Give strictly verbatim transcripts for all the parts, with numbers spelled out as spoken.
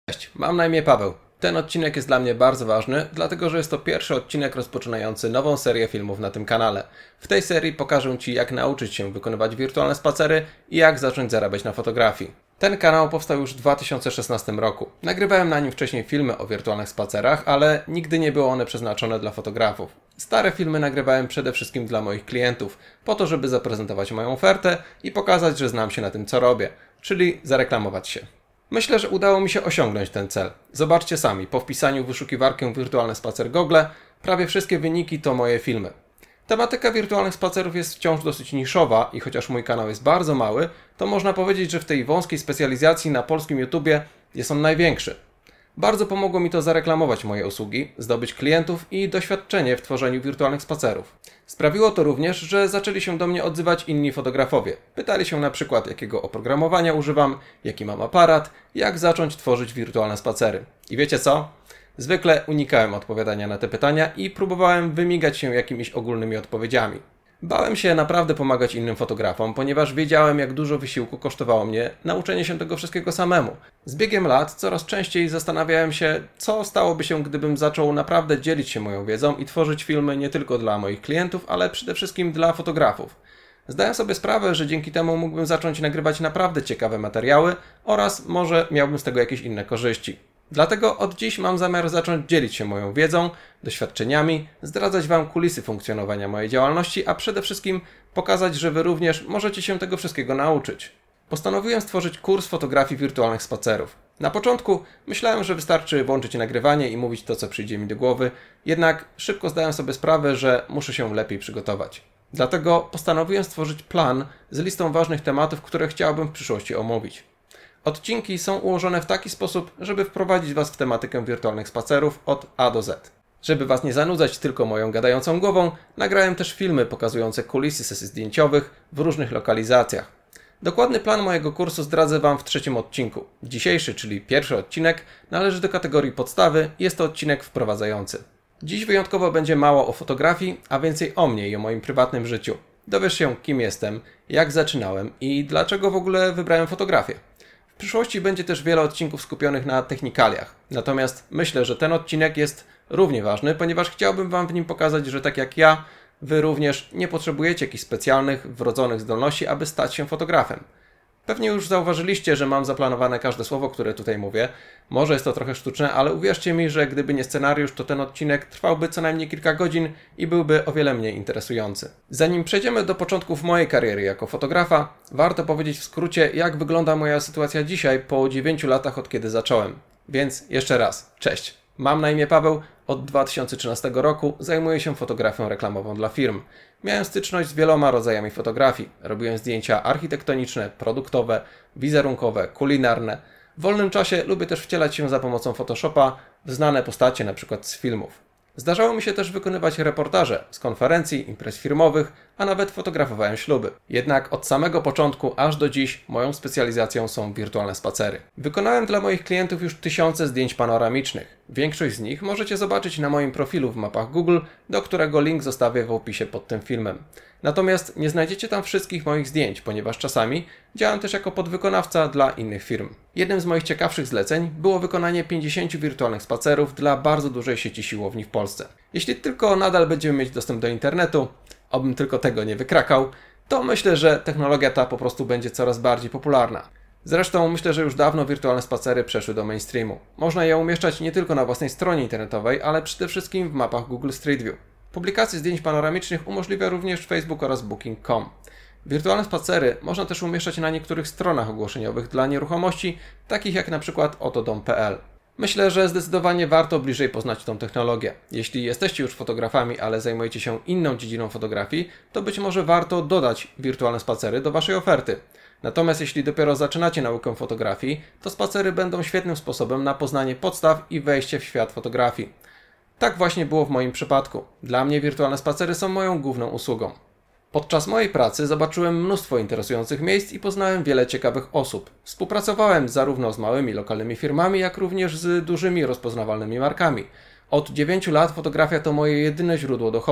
Cześć, mam na imię Paweł. Ten odcinek jest dla mnie bardzo ważny, dlatego że jest to pierwszy odcinek rozpoczynający nową serię filmów na tym kanale. W tej serii pokażę Ci, jak nauczyć się wykonywać wirtualne spacery i jak zacząć zarabiać na fotografii. Ten kanał powstał już w dwa tysiące szesnastym roku. Nagrywałem na nim wcześniej filmy o wirtualnych spacerach, ale nigdy nie były one przeznaczone dla fotografów. Stare filmy nagrywałem przede wszystkim dla moich klientów, po to, żeby zaprezentować moją ofertę i pokazać, że znam się na tym, co robię, czyli zareklamować się. Myślę, że udało mi się osiągnąć ten cel. Zobaczcie sami, po wpisaniu w wyszukiwarkę wirtualny spacer Google, prawie wszystkie wyniki to moje filmy. Tematyka wirtualnych spacerów jest wciąż dosyć niszowa i chociaż mój kanał jest bardzo mały, to można powiedzieć, że w tej wąskiej specjalizacji na polskim YouTubie jest on największy. Bardzo pomogło mi to zareklamować moje usługi, zdobyć klientów i doświadczenie w tworzeniu wirtualnych spacerów. Sprawiło to również, że zaczęli się do mnie odzywać inni fotografowie. Pytali się na przykład, jakiego oprogramowania używam, jaki mam aparat, jak zacząć tworzyć wirtualne spacery. I wiecie co? Zwykle unikałem odpowiadania na te pytania i próbowałem wymigać się jakimiś ogólnymi odpowiedziami. Bałem się naprawdę pomagać innym fotografom, ponieważ wiedziałem, jak dużo wysiłku kosztowało mnie nauczenie się tego wszystkiego samemu. Z biegiem lat coraz częściej zastanawiałem się, co stałoby się, gdybym zaczął naprawdę dzielić się moją wiedzą i tworzyć filmy nie tylko dla moich klientów, ale przede wszystkim dla fotografów. Zdałem sobie sprawę, że dzięki temu mógłbym zacząć nagrywać naprawdę ciekawe materiały oraz może miałbym z tego jakieś inne korzyści. Dlatego od dziś mam zamiar zacząć dzielić się moją wiedzą, doświadczeniami, zdradzać Wam kulisy funkcjonowania mojej działalności, a przede wszystkim pokazać, że Wy również możecie się tego wszystkiego nauczyć. Postanowiłem stworzyć kurs fotografii wirtualnych spacerów. Na początku myślałem, że wystarczy włączyć nagrywanie i mówić to, co przyjdzie mi do głowy, jednak szybko zdałem sobie sprawę, że muszę się lepiej przygotować. Dlatego postanowiłem stworzyć plan z listą ważnych tematów, które chciałbym w przyszłości omówić. Odcinki są ułożone w taki sposób, żeby wprowadzić Was w tematykę wirtualnych spacerów od A do Z. Żeby Was nie zanudzać tylko moją gadającą głową, nagrałem też filmy pokazujące kulisy sesji zdjęciowych w różnych lokalizacjach. Dokładny plan mojego kursu zdradzę Wam w trzecim odcinku. Dzisiejszy, czyli pierwszy odcinek, należy do kategorii podstawy i jest to odcinek wprowadzający. Dziś wyjątkowo będzie mało o fotografii, a więcej o mnie i o moim prywatnym życiu. Dowiesz się, kim jestem, jak zaczynałem i dlaczego w ogóle wybrałem fotografię. W przyszłości będzie też wiele odcinków skupionych na technikaliach. Natomiast myślę, że ten odcinek jest równie ważny, ponieważ chciałbym Wam w nim pokazać, że tak jak ja, Wy również nie potrzebujecie jakichś specjalnych, wrodzonych zdolności, aby stać się fotografem. Pewnie już zauważyliście, że mam zaplanowane każde słowo, które tutaj mówię. Może jest to trochę sztuczne, ale uwierzcie mi, że gdyby nie scenariusz, to ten odcinek trwałby co najmniej kilka godzin i byłby o wiele mniej interesujący. Zanim przejdziemy do początków mojej kariery jako fotografa, warto powiedzieć w skrócie, jak wygląda moja sytuacja dzisiaj po dziewięciu latach od kiedy zacząłem. Więc jeszcze raz, cześć. Mam na imię Paweł, od dwa tysiące trzynastego roku zajmuję się fotografią reklamową dla firm. Miałem styczność z wieloma rodzajami fotografii. Robiłem zdjęcia architektoniczne, produktowe, wizerunkowe, kulinarne. W wolnym czasie lubię też wcielać się za pomocą Photoshopa w znane postacie, np. z filmów. Zdarzało mi się też wykonywać reportaże z konferencji, imprez firmowych, a nawet fotografowałem śluby. Jednak od samego początku aż do dziś moją specjalizacją są wirtualne spacery. Wykonałem dla moich klientów już tysiące zdjęć panoramicznych. Większość z nich możecie zobaczyć na moim profilu w mapach Google, do którego link zostawię w opisie pod tym filmem. Natomiast nie znajdziecie tam wszystkich moich zdjęć, ponieważ czasami działam też jako podwykonawca dla innych firm. Jednym z moich ciekawszych zleceń było wykonanie pięćdziesięciu wirtualnych spacerów dla bardzo dużej sieci siłowni w Polsce. Jeśli tylko nadal będziemy mieć dostęp do internetu, obym tylko tego nie wykrakał, to myślę, że technologia ta po prostu będzie coraz bardziej popularna. Zresztą myślę, że już dawno wirtualne spacery przeszły do mainstreamu. Można je umieszczać nie tylko na własnej stronie internetowej, ale przede wszystkim w mapach Google Street View. Publikację zdjęć panoramicznych umożliwia również Facebook oraz Booking kropka com. Wirtualne spacery można też umieszczać na niektórych stronach ogłoszeniowych dla nieruchomości, takich jak np. otodom kropka p l. Myślę, że zdecydowanie warto bliżej poznać tą technologię. Jeśli jesteście już fotografami, ale zajmujecie się inną dziedziną fotografii, to być może warto dodać wirtualne spacery do Waszej oferty. Natomiast jeśli dopiero zaczynacie naukę fotografii, to spacery będą świetnym sposobem na poznanie podstaw i wejście w świat fotografii. Tak właśnie było w moim przypadku. Dla mnie wirtualne spacery są moją główną usługą. Podczas mojej pracy zobaczyłem mnóstwo interesujących miejsc i poznałem wiele ciekawych osób. Współpracowałem zarówno z małymi lokalnymi firmami, jak również z dużymi rozpoznawalnymi markami. Od dziewięciu lat fotografia to moje jedyne źródło dochodu.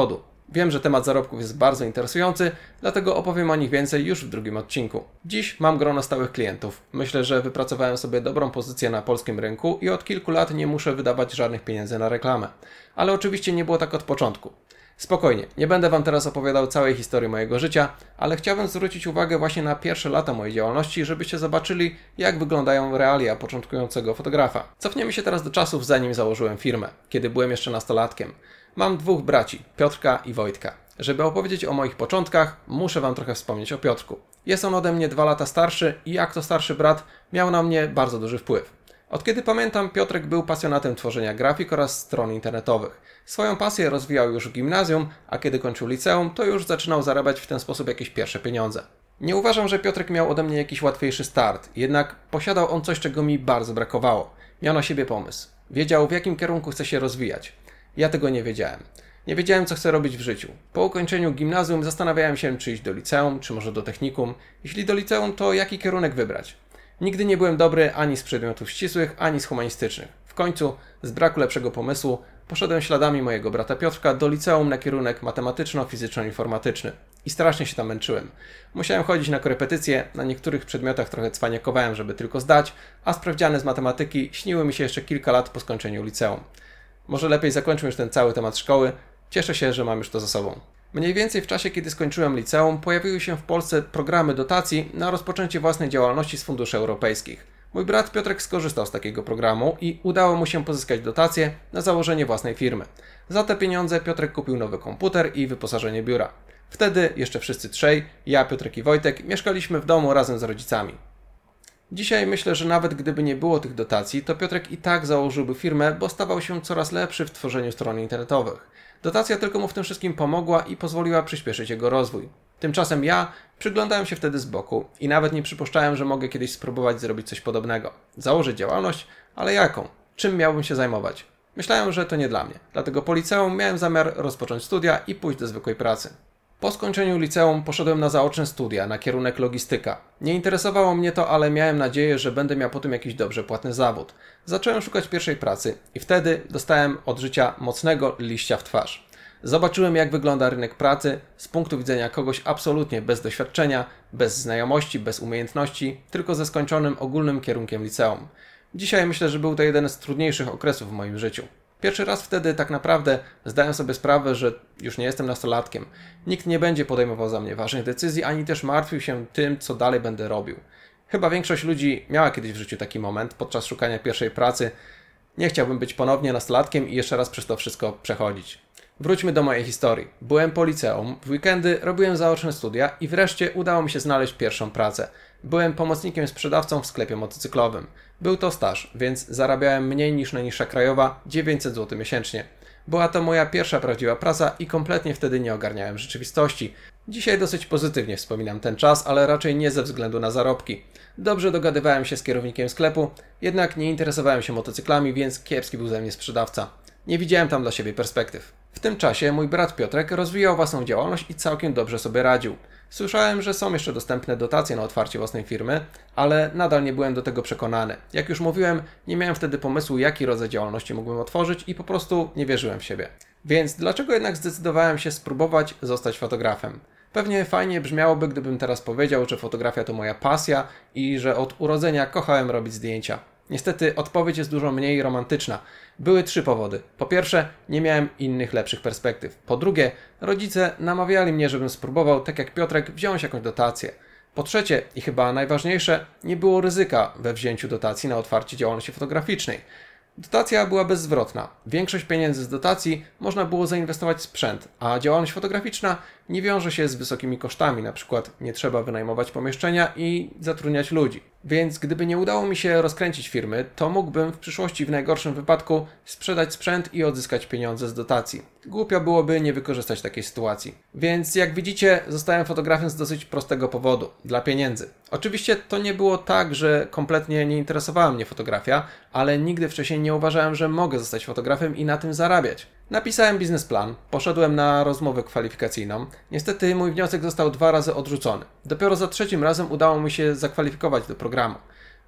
Wiem, że temat zarobków jest bardzo interesujący, dlatego opowiem o nich więcej już w drugim odcinku. Dziś mam grono stałych klientów. Myślę, że wypracowałem sobie dobrą pozycję na polskim rynku i od kilku lat nie muszę wydawać żadnych pieniędzy na reklamę. Ale oczywiście nie było tak od początku. Spokojnie, nie będę Wam teraz opowiadał całej historii mojego życia, ale chciałbym zwrócić uwagę właśnie na pierwsze lata mojej działalności, żebyście zobaczyli, jak wyglądają realia początkującego fotografa. Cofniemy się teraz do czasów, zanim założyłem firmę, kiedy byłem jeszcze nastolatkiem. Mam dwóch braci, Piotrka i Wojtka. Żeby opowiedzieć o moich początkach, muszę Wam trochę wspomnieć o Piotrku. Jest on ode mnie dwa lata starszy i jak to starszy brat miał na mnie bardzo duży wpływ. Od kiedy pamiętam, Piotrek był pasjonatem tworzenia grafik oraz stron internetowych. Swoją pasję rozwijał już w gimnazjum, a kiedy kończył liceum, to już zaczynał zarabiać w ten sposób jakieś pierwsze pieniądze. Nie uważam, że Piotrek miał ode mnie jakiś łatwiejszy start, jednak posiadał on coś, czego mi bardzo brakowało. Miał na siebie pomysł. Wiedział, w jakim kierunku chce się rozwijać. Ja tego nie wiedziałem. Nie wiedziałem, co chcę robić w życiu. Po ukończeniu gimnazjum zastanawiałem się, czy iść do liceum, czy może do technikum. Jeśli do liceum, to jaki kierunek wybrać? Nigdy nie byłem dobry ani z przedmiotów ścisłych, ani z humanistycznych. W końcu, z braku lepszego pomysłu, poszedłem śladami mojego brata Piotrka do liceum na kierunek matematyczno-fizyczno-informatyczny. I strasznie się tam męczyłem. Musiałem chodzić na korepetycje, na niektórych przedmiotach trochę cwaniakowałem, żeby tylko zdać, a sprawdziany z matematyki śniły mi się jeszcze kilka lat po skończeniu liceum. Może lepiej zakończmy już ten cały temat szkoły. Cieszę się, że mam już to za sobą. Mniej więcej w czasie, kiedy skończyłem liceum, pojawiły się w Polsce programy dotacji na rozpoczęcie własnej działalności z funduszy europejskich. Mój brat Piotrek skorzystał z takiego programu i udało mu się pozyskać dotacje na założenie własnej firmy. Za te pieniądze Piotrek kupił nowy komputer i wyposażenie biura. Wtedy jeszcze wszyscy trzej, ja, Piotrek i Wojtek, mieszkaliśmy w domu razem z rodzicami. Dzisiaj myślę, że nawet gdyby nie było tych dotacji, to Piotrek i tak założyłby firmę, bo stawał się coraz lepszy w tworzeniu stron internetowych. Dotacja tylko mu w tym wszystkim pomogła i pozwoliła przyspieszyć jego rozwój. Tymczasem ja przyglądałem się wtedy z boku i nawet nie przypuszczałem, że mogę kiedyś spróbować zrobić coś podobnego. Założyć działalność, ale jaką? Czym miałbym się zajmować? Myślałem, że to nie dla mnie. Dlatego po liceum miałem zamiar rozpocząć studia i pójść do zwykłej pracy. Po skończeniu liceum poszedłem na zaoczne studia, na kierunek logistyka. Nie interesowało mnie to, ale miałem nadzieję, że będę miał po tym jakiś dobrze płatny zawód. Zacząłem szukać pierwszej pracy i wtedy dostałem od życia mocnego liścia w twarz. Zobaczyłem, jak wygląda rynek pracy z punktu widzenia kogoś absolutnie bez doświadczenia, bez znajomości, bez umiejętności, tylko ze skończonym ogólnym kierunkiem liceum. Dzisiaj myślę, że był to jeden z trudniejszych okresów w moim życiu. Pierwszy raz wtedy tak naprawdę zdałem sobie sprawę, że już nie jestem nastolatkiem. Nikt nie będzie podejmował za mnie ważnych decyzji, ani też martwił się tym, co dalej będę robił. Chyba większość ludzi miała kiedyś w życiu taki moment podczas szukania pierwszej pracy. Nie chciałbym być ponownie nastolatkiem i jeszcze raz przez to wszystko przechodzić. Wróćmy do mojej historii. Byłem po liceum, w weekendy robiłem zaoczne studia i wreszcie udało mi się znaleźć pierwszą pracę. Byłem pomocnikiem sprzedawcą w sklepie motocyklowym. Był to staż, więc zarabiałem mniej niż najniższa krajowa, dziewięćset złotych miesięcznie. Była to moja pierwsza prawdziwa praca i kompletnie wtedy nie ogarniałem rzeczywistości. Dzisiaj dosyć pozytywnie wspominam ten czas, ale raczej nie ze względu na zarobki. Dobrze dogadywałem się z kierownikiem sklepu, jednak nie interesowałem się motocyklami, więc kiepski był ze mnie sprzedawca. Nie widziałem tam dla siebie perspektyw. W tym czasie mój brat Piotrek rozwijał własną działalność i całkiem dobrze sobie radził. Słyszałem, że są jeszcze dostępne dotacje na otwarcie własnej firmy, ale nadal nie byłem do tego przekonany. Jak już mówiłem, nie miałem wtedy pomysłu, jaki rodzaj działalności mógłbym otworzyć i po prostu nie wierzyłem w siebie. Więc dlaczego jednak zdecydowałem się spróbować zostać fotografem? Pewnie fajnie brzmiałoby, gdybym teraz powiedział, że fotografia to moja pasja i że od urodzenia kochałem robić zdjęcia. Niestety odpowiedź jest dużo mniej romantyczna. Były trzy powody. Po pierwsze, nie miałem innych lepszych perspektyw. Po drugie, rodzice namawiali mnie, żebym spróbował, tak jak Piotrek, wziąć jakąś dotację. Po trzecie, i chyba najważniejsze, nie było ryzyka we wzięciu dotacji na otwarcie działalności fotograficznej. Dotacja była bezzwrotna. Większość pieniędzy z dotacji można było zainwestować w sprzęt, a działalność fotograficzna nie wiąże się z wysokimi kosztami, na przykład nie trzeba wynajmować pomieszczenia i zatrudniać ludzi. Więc gdyby nie udało mi się rozkręcić firmy, to mógłbym w przyszłości w najgorszym wypadku sprzedać sprzęt i odzyskać pieniądze z dotacji. Głupio byłoby nie wykorzystać takiej sytuacji. Więc jak widzicie, zostałem fotografem z dosyć prostego powodu, dla pieniędzy. Oczywiście to nie było tak, że kompletnie nie interesowała mnie fotografia, ale nigdy wcześniej nie uważałem, że mogę zostać fotografem i na tym zarabiać. Napisałem biznesplan, poszedłem na rozmowę kwalifikacyjną. Niestety mój wniosek został dwa razy odrzucony. Dopiero za trzecim razem udało mi się zakwalifikować do programu.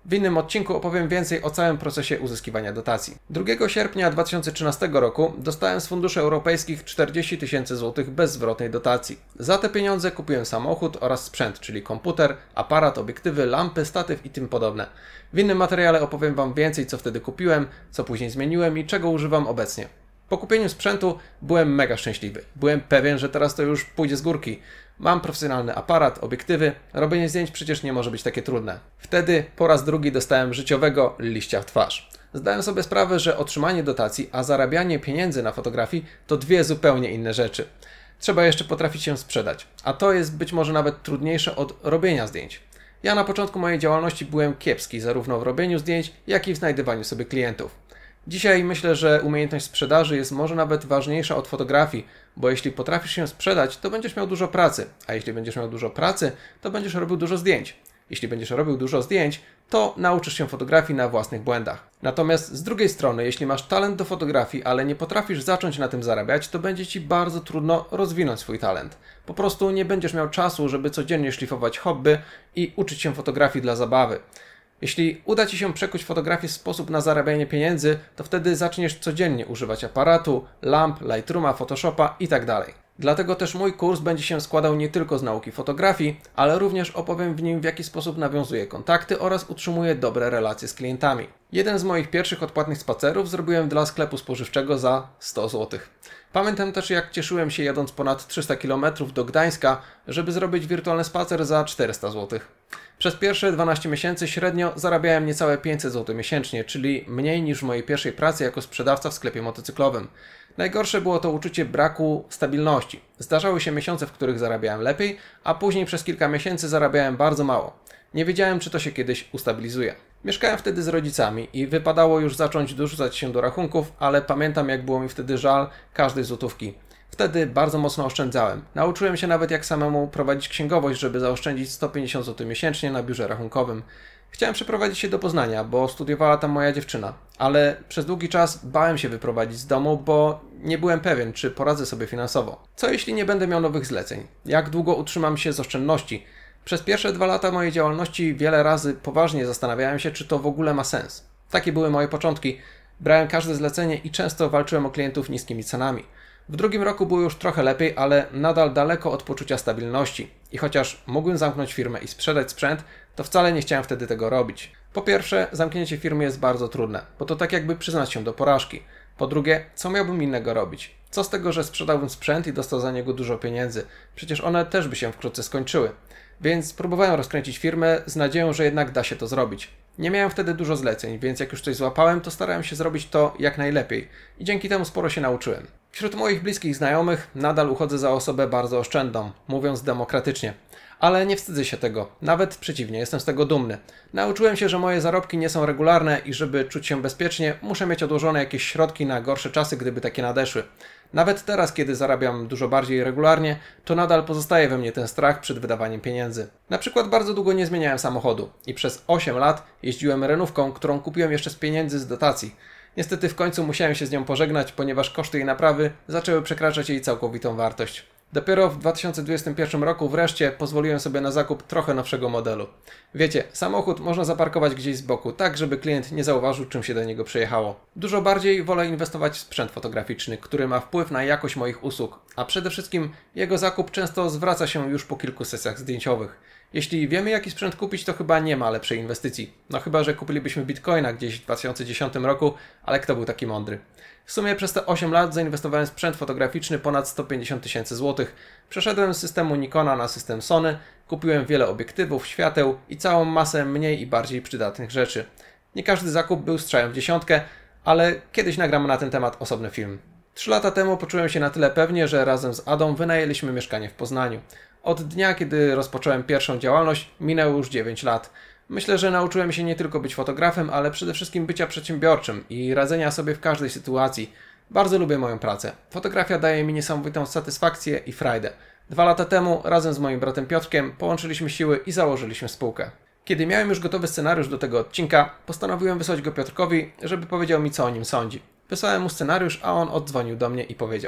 W innym odcinku opowiem więcej o całym procesie uzyskiwania dotacji. drugiego sierpnia dwa tysiące trzynastego roku dostałem z funduszy europejskich czterdzieści tysięcy złotych bezzwrotnej dotacji. Za te pieniądze kupiłem samochód oraz sprzęt, czyli komputer, aparat, obiektywy, lampy, statyw i tym podobne. W innym materiale opowiem Wam więcej, co wtedy kupiłem, co później zmieniłem i czego używam obecnie. Po kupieniu sprzętu byłem mega szczęśliwy. Byłem pewien, że teraz to już pójdzie z górki. Mam profesjonalny aparat, obiektywy, robienie zdjęć przecież nie może być takie trudne. Wtedy po raz drugi dostałem życiowego liścia w twarz. Zdałem sobie sprawę, że otrzymanie dotacji, a zarabianie pieniędzy na fotografii to dwie zupełnie inne rzeczy. Trzeba jeszcze potrafić się sprzedać, a to jest być może nawet trudniejsze od robienia zdjęć. Ja na początku mojej działalności byłem kiepski zarówno w robieniu zdjęć, jak i w znajdywaniu sobie klientów. Dzisiaj myślę, że umiejętność sprzedaży jest może nawet ważniejsza od fotografii, bo jeśli potrafisz się sprzedać, to będziesz miał dużo pracy, a jeśli będziesz miał dużo pracy, to będziesz robił dużo zdjęć. Jeśli będziesz robił dużo zdjęć, to nauczysz się fotografii na własnych błędach. Natomiast z drugiej strony, jeśli masz talent do fotografii, ale nie potrafisz zacząć na tym zarabiać, to będzie Ci bardzo trudno rozwinąć swój talent. Po prostu nie będziesz miał czasu, żeby codziennie szlifować hobby i uczyć się fotografii dla zabawy. Jeśli uda Ci się przekuć fotografię w sposób na zarabianie pieniędzy, to wtedy zaczniesz codziennie używać aparatu, lamp, Lightrooma, Photoshopa itd. Dlatego też mój kurs będzie się składał nie tylko z nauki fotografii, ale również opowiem w nim, w jaki sposób nawiązuję kontakty oraz utrzymuję dobre relacje z klientami. Jeden z moich pierwszych odpłatnych spacerów zrobiłem dla sklepu spożywczego za sto złotych. Pamiętam też, jak cieszyłem się jadąc ponad trzysta kilometrów do Gdańska, żeby zrobić wirtualny spacer za czterysta złotych. Przez pierwsze dwanaście miesięcy średnio zarabiałem niecałe pięćset złotych miesięcznie, czyli mniej niż w mojej pierwszej pracy jako sprzedawca w sklepie motocyklowym. Najgorsze było to uczucie braku stabilności. Zdarzały się miesiące, w których zarabiałem lepiej, a później przez kilka miesięcy zarabiałem bardzo mało. Nie wiedziałem, czy to się kiedyś ustabilizuje. Mieszkałem wtedy z rodzicami i wypadało już zacząć dorzucać się do rachunków, ale pamiętam, jak było mi wtedy żal każdej złotówki. Wtedy bardzo mocno oszczędzałem. Nauczyłem się nawet, jak samemu prowadzić księgowość, żeby zaoszczędzić sto pięćdziesiąt złotych miesięcznie na biurze rachunkowym. Chciałem przeprowadzić się do Poznania, bo studiowała tam moja dziewczyna, ale przez długi czas bałem się wyprowadzić z domu, bo nie byłem pewien, czy poradzę sobie finansowo. Co jeśli nie będę miał nowych zleceń? Jak długo utrzymam się z oszczędności? Przez pierwsze dwa lata mojej działalności wiele razy poważnie zastanawiałem się, czy to w ogóle ma sens. Takie były moje początki. Brałem każde zlecenie i często walczyłem o klientów niskimi cenami. W drugim roku było już trochę lepiej, ale nadal daleko od poczucia stabilności. I chociaż mógłbym zamknąć firmę i sprzedać sprzęt, to wcale nie chciałem wtedy tego robić. Po pierwsze, zamknięcie firmy jest bardzo trudne, bo to tak jakby przyznać się do porażki. Po drugie, co miałbym innego robić? Co z tego, że sprzedałbym sprzęt i dostał za niego dużo pieniędzy? Przecież one też by się wkrótce skończyły. Więc próbowałem rozkręcić firmę z nadzieją, że jednak da się to zrobić. Nie miałem wtedy dużo zleceń, więc jak już coś złapałem, to starałem się zrobić to jak najlepiej. I dzięki temu sporo się nauczyłem. Wśród moich bliskich znajomych nadal uchodzę za osobę bardzo oszczędną, mówiąc demokratycznie. Ale nie wstydzę się tego, nawet przeciwnie, jestem z tego dumny. Nauczyłem się, że moje zarobki nie są regularne i żeby czuć się bezpiecznie, muszę mieć odłożone jakieś środki na gorsze czasy, gdyby takie nadeszły. Nawet teraz, kiedy zarabiam dużo bardziej regularnie, to nadal pozostaje we mnie ten strach przed wydawaniem pieniędzy. Na przykład bardzo długo nie zmieniałem samochodu i przez osiem lat jeździłem renówką, którą kupiłem jeszcze z pieniędzy z dotacji. Niestety w końcu musiałem się z nią pożegnać, ponieważ koszty jej naprawy zaczęły przekraczać jej całkowitą wartość. Dopiero w dwa tysiące dwudziestym pierwszym roku wreszcie pozwoliłem sobie na zakup trochę nowszego modelu. Wiecie, samochód można zaparkować gdzieś z boku, tak żeby klient nie zauważył, czym się do niego przyjechało. Dużo bardziej wolę inwestować w sprzęt fotograficzny, który ma wpływ na jakość moich usług, a przede wszystkim jego zakup często zwraca się już po kilku sesjach zdjęciowych. Jeśli wiemy, jaki sprzęt kupić, to chyba nie ma lepszej inwestycji. No chyba, że kupilibyśmy bitcoina gdzieś w dwa tysiące dziesiątym roku, ale kto był taki mądry? W sumie przez te osiem lat zainwestowałem w sprzęt fotograficzny ponad sto pięćdziesiąt tysięcy złotych. Przeszedłem z systemu Nikona na system Sony, kupiłem wiele obiektywów, świateł i całą masę mniej i bardziej przydatnych rzeczy. Nie każdy zakup był strzałem w dziesiątkę, ale kiedyś nagram na ten temat osobny film. Trzy lata temu poczułem się na tyle pewnie, że razem z Adą wynajęliśmy mieszkanie w Poznaniu. Od dnia, kiedy rozpocząłem pierwszą działalność, minęło już dziewięć lat. Myślę, że nauczyłem się nie tylko być fotografem, ale przede wszystkim bycia przedsiębiorczym i radzenia sobie w każdej sytuacji. Bardzo lubię moją pracę. Fotografia daje mi niesamowitą satysfakcję i frajdę. Dwa lata temu razem z moim bratem Piotrkiem połączyliśmy siły i założyliśmy spółkę. Kiedy miałem już gotowy scenariusz do tego odcinka, postanowiłem wysłać go Piotrkowi, żeby powiedział mi, co o nim sądzi. Wysłałem mu scenariusz, a on oddzwonił do mnie i powiedział: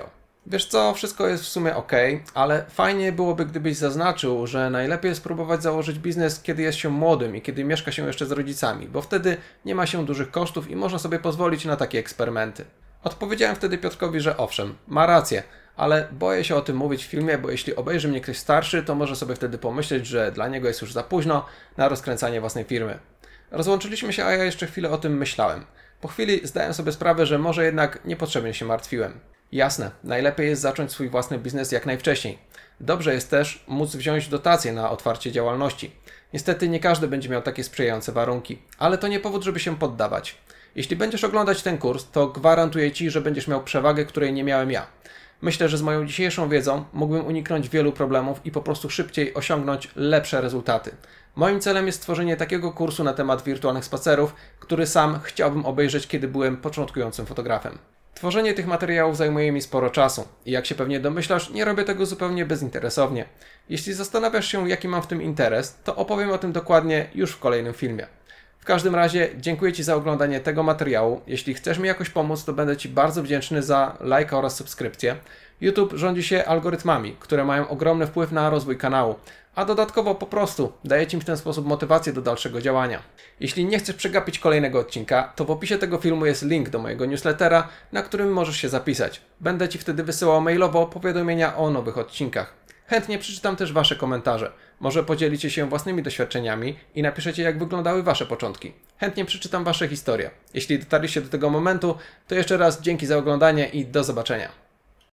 Wiesz co, wszystko jest w sumie ok, ale fajnie byłoby, gdybyś zaznaczył, że najlepiej jest próbować założyć biznes, kiedy jest się młodym i kiedy mieszka się jeszcze z rodzicami, bo wtedy nie ma się dużych kosztów i można sobie pozwolić na takie eksperymenty. Odpowiedziałem wtedy Piotrkowi, że owszem, ma rację, ale boję się o tym mówić w filmie, bo jeśli obejrzy mnie ktoś starszy, to może sobie wtedy pomyśleć, że dla niego jest już za późno na rozkręcanie własnej firmy. Rozłączyliśmy się, a ja jeszcze chwilę o tym myślałem. Po chwili zdałem sobie sprawę, że może jednak niepotrzebnie się martwiłem. Jasne, najlepiej jest zacząć swój własny biznes jak najwcześniej. Dobrze jest też móc wziąć dotacje na otwarcie działalności. Niestety nie każdy będzie miał takie sprzyjające warunki, ale to nie powód, żeby się poddawać. Jeśli będziesz oglądać ten kurs, to gwarantuję Ci, że będziesz miał przewagę, której nie miałem ja. Myślę, że z moją dzisiejszą wiedzą mógłbym uniknąć wielu problemów i po prostu szybciej osiągnąć lepsze rezultaty. Moim celem jest stworzenie takiego kursu na temat wirtualnych spacerów, który sam chciałbym obejrzeć, kiedy byłem początkującym fotografem. Tworzenie tych materiałów zajmuje mi sporo czasu i jak się pewnie domyślasz, nie robię tego zupełnie bezinteresownie. Jeśli zastanawiasz się, jaki mam w tym interes, to opowiem o tym dokładnie już w kolejnym filmie. W każdym razie dziękuję Ci za oglądanie tego materiału. Jeśli chcesz mi jakoś pomóc, to będę Ci bardzo wdzięczny za lajka oraz subskrypcję. YouTube rządzi się algorytmami, które mają ogromny wpływ na rozwój kanału, a dodatkowo po prostu daje Ci w ten sposób motywację do dalszego działania. Jeśli nie chcesz przegapić kolejnego odcinka, to w opisie tego filmu jest link do mojego newslettera, na którym możesz się zapisać. Będę Ci wtedy wysyłał mailowo powiadomienia o nowych odcinkach. Chętnie przeczytam też Wasze komentarze. Może podzielicie się własnymi doświadczeniami i napiszecie, jak wyglądały Wasze początki. Chętnie przeczytam Wasze historie. Jeśli dotarliście do tego momentu, to jeszcze raz dzięki za oglądanie i do zobaczenia.